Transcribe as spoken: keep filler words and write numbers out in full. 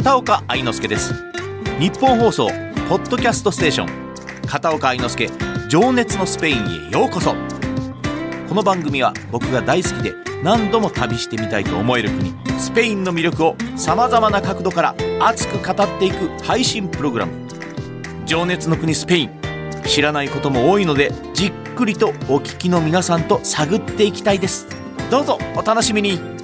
片岡愛之助です。日本放送ポッドキャストステーション片岡愛之助情熱のスペインへようこそ。この番組は僕が大好きで何度も旅してみたいと思える国スペインの魅力をさまざまな角度から熱く語っていく配信プログラム。情熱の国スペイン、知らないことも多いのでじっくりとお聞きの皆さんと探っていきたいです。どうぞお楽しみに。